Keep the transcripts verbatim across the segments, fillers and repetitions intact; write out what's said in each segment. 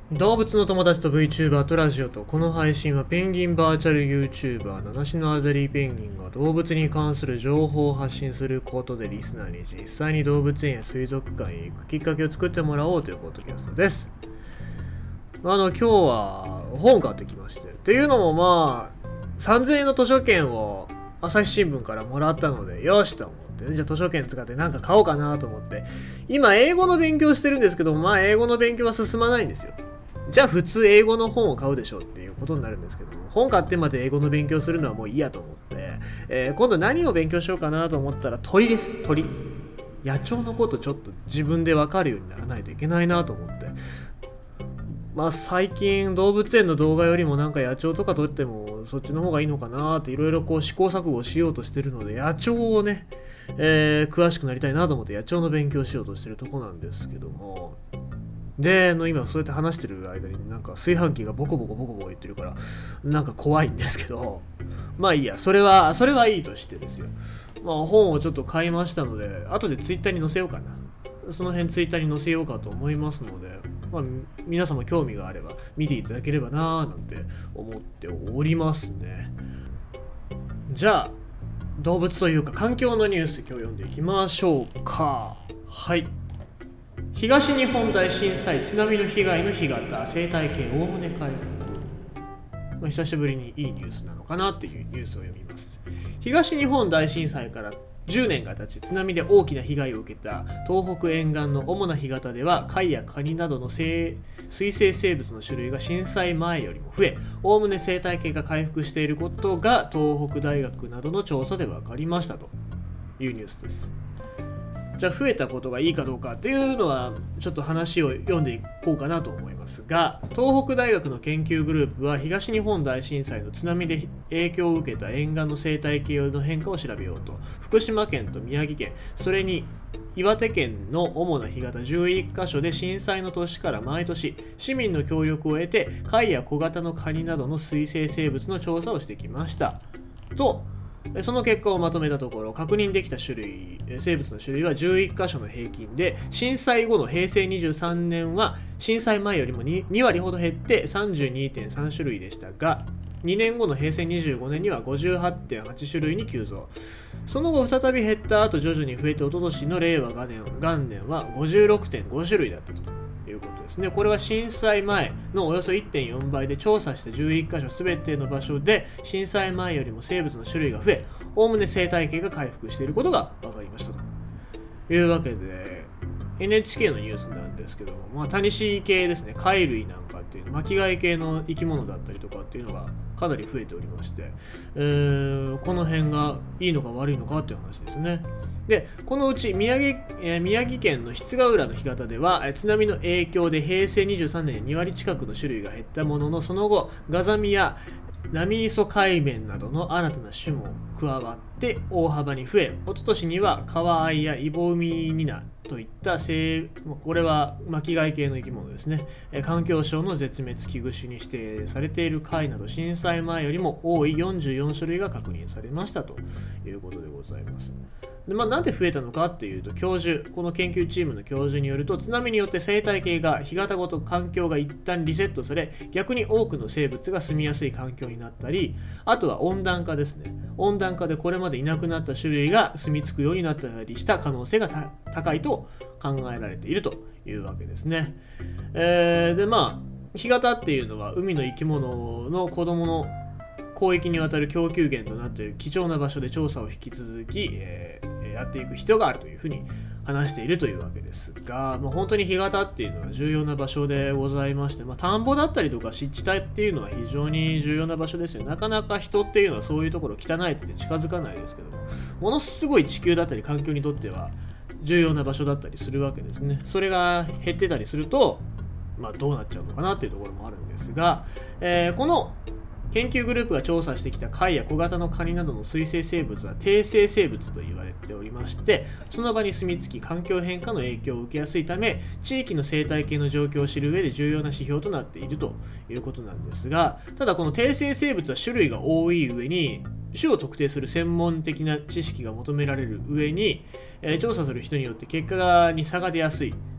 動物の友達と VTuber とラジオと、この配信はペンギンバーチャル YouTuber 七種のアデリーペンギンが動物に関する情報を発信することでリスナーに実際に動物園や水族館へ行くきっかけを作ってもらおうというポッドキャストです。あの今日は本買ってきまして、っていうのもまあさんぜんえんの図書券を朝日新聞からもらったので、よしと思って、じゃあ図書券使ってなんか買おうかなと思って、今英語の勉強してるんですけども、まあ英語の勉強は進まないんですよ。じゃあ普通英語の本を買うでしょうっていうことになるんですけども、本買ってまで英語の勉強するのはもういいやと思って、えー、今度何を勉強しようかなと思ったら鳥です。鳥。野鳥のことちょっと自分で分かるようにならないといけないなと思って、まあ最近動物園の動画よりもなんか野鳥とか撮ってもそっちの方がいいのかなっていろいろこう試行錯誤しようとしてるので、野鳥をね、えー、詳しくなりたいなと思って野鳥の勉強しようとしてるとこなんですけども、での今そうやって話してる間になんか炊飯器がボコボコボコボコ言ってるからなんか怖いんですけど、まあいいや、それはそれはいいとしてですよ。まあ本をちょっと買いましたので、後でツイッターに載せようかな。その辺ツイッターに載せようかと思いますので、まあ、皆様興味があれば見ていただければなーなんて思っておりますね。じゃあ動物というか環境のニュース今日読んでいきましょうか。はい。東日本大震災津波の被害の干潟生態系おおむね回復、まあ、久しぶりにいいニュースなのかなっていうニュースを読みます。東日本大震災からじゅうねんが経ち、津波で大きな被害を受けた東北沿岸の主な干潟では貝やカニなどの水生生物の種類が震災前よりも増え、おおむね生態系が回復していることが東北大学などの調査で分かりましたというニュースです。じゃあ増えたことがいいかどうかっていうのはちょっと話を読んでいこうかなと思いますが、東北大学の研究グループは東日本大震災の津波で影響を受けた沿岸の生態系の変化を調べようと、福島県と宮城県、それに岩手県の主な干潟じゅういっかしょで震災の年から毎年市民の協力を得て貝や小型のカニなどの水生生物の調査をしてきましたと。その結果をまとめたところ、確認できた種類生物の種類はじゅういっかしょの平均で、震災後のへいせいにじゅうさんねんは震災前よりも 2, に割ほど減って さんじゅうにてんさん 種類でしたが、にねんごのへいせいにじゅうごねんには ごじゅうはちてんはち 種類に急増。その後再び減った後徐々に増えて、おととしの令和元年元年は ごじゅうろくてんご 種類だったということですね。これは震災前のおよそ いってんよん 倍で、調査したじゅういっかしょすべての場所で震災前よりも生物の種類が増え、おおむね生態系が回復していることが分かりましたというわけで、 エヌエイチケー のニュースなんですけども、まあ、タニシ系ですね、貝類なんかっていう巻き貝系の生き物だったりとかっていうのがかなり増えておりまして、えー、この辺がいいのか悪いのかっていう話ですね。でこのうち宮城、えー、宮城県の出ヶ浦の干潟では、津波の影響でへいせいにじゅうさんねんにに割近くの種類が減ったものの、その後ガザミや波磯海面などの新たな種も加わって大幅に増え、一昨年にはカワアイやイボウミニナといった生、これは巻き貝系の生き物ですね、環境省の絶滅危惧種に指定されている貝など震災前よりも多いよんじゅうよんしょるいが確認されましたということでございます。で、まあ、なんで増えたのかっていうと、教授この研究チームの教授によると、津波によって生態系が干潟ごと環境が一旦リセットされ、逆に多くの生物が住みやすい環境になったり、あとは温暖化ですね。温暖化でこれまでいなくなった種類が住み着くようになったりした可能性が高いと考えられているというわけですね。えー、でまあ干潟っていうのは海の生き物の子供の広域にわたる供給源となっている貴重な場所で、調査を引き続き、えーやっていく必要があるというふうに話しているというわけですが、まあ、本当に干潟っていうのは重要な場所でございまして、まあ、田んぼだったりとか湿地帯っていうのは非常に重要な場所ですよ。なかなか人っていうのはそういうところ汚いって近づかないですけども、ものすごい地球だったり環境にとっては重要な場所だったりするわけですね。それが減ってたりすると、まあ、どうなっちゃうのかなっていうところもあるんですが、えー、この研究グループが調査してきた貝や小型のカニなどの水生生物は低生生物と言われておりまして、その場に住み着き環境変化の影響を受けやすいため、地域の生態系の状況を知る上で重要な指標となっているということなんですが、ただこの低生生物は種類が多い上に、種を特定する専門的な知識が求められる上に、えー、調査する人によって結果に差が出やすい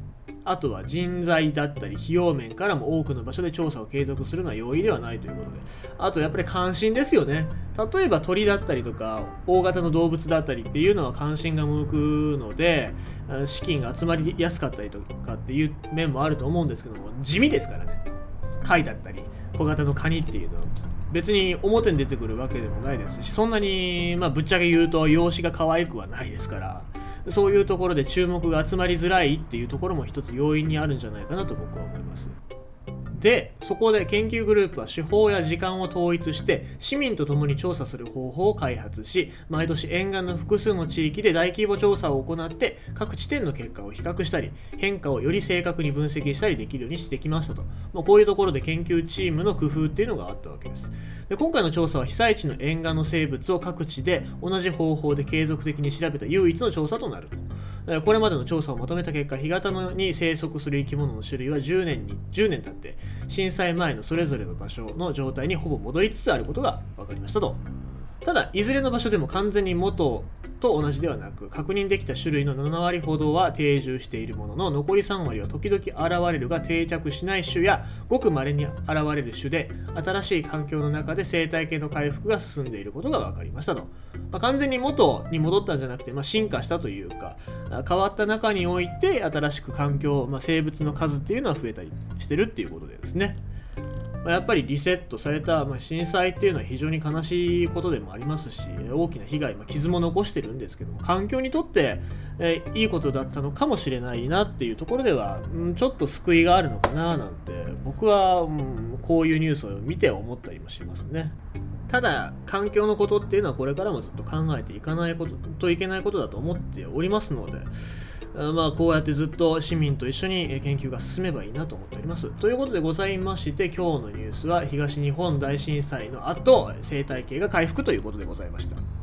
あとは人材だったり費用面からも多くの場所で調査を継続するのは容易ではないということで、あとやっぱり関心ですよね。例えば鳥だったりとか大型の動物だったりっていうのは関心が向くので資金が集まりやすかったりとかっていう面もあると思うんですけども、地味ですからね。貝だったり小型のカニっていうのは別に表に出てくるわけでもないですし、そんなにまあぶっちゃけ言うと容姿が可愛くはないですから、そういうところで注目が集まりづらいっていうところも一つ要因にあるんじゃないかなと僕は思います。で、そこで研究グループは手法や時間を統一して市民と共に調査する方法を開発し、毎年沿岸の複数の地域で大規模調査を行って各地点の結果を比較したり変化をより正確に分析したりできるようにしてきましたと。まあ、こういうところで研究チームの工夫っていうのがあったわけです。で、今回の調査は被災地の沿岸の生物を各地で同じ方法で継続的に調べた唯一の調査となると。これまでの調査をまとめた結果、干潟に生息する生き物の種類はじゅうねんにじゅうねん経って震災前のそれぞれの場所の状態にほぼ戻りつつあることが分かりましたと。ただいずれの場所でも完全に元と同じではなく、確認できた種類のななわりほどは定住しているものの、残りさんわりは時々現れるが定着しない種やごく稀に現れる種で、新しい環境の中で生態系の回復が進んでいることが分かりましたと。まあ、完全に元に戻ったんじゃなくて、まあ、進化したというか変わった中において新しく環境、まあ、生物の数っていうのは増えたりしてるっていうことでですね、やっぱりリセットされた、まあ、震災っていうのは非常に悲しいことでもありますし、大きな被害、まあ、傷も残してるんですけども、環境にとって、えー、いいことだったのかもしれないなっていうところでは、うん、ちょっと救いがあるのかななんて僕は、うん、こういうニュースを見て思ったりもしますね。ただ環境のことっていうのはこれからもずっと考えていかないことといけないことだと思っておりますので、まあこうやってずっと市民と一緒に研究が進めばいいなと思っております。ということでございまして、今日のニュースは東日本大震災の後生態系が回復ということでございました。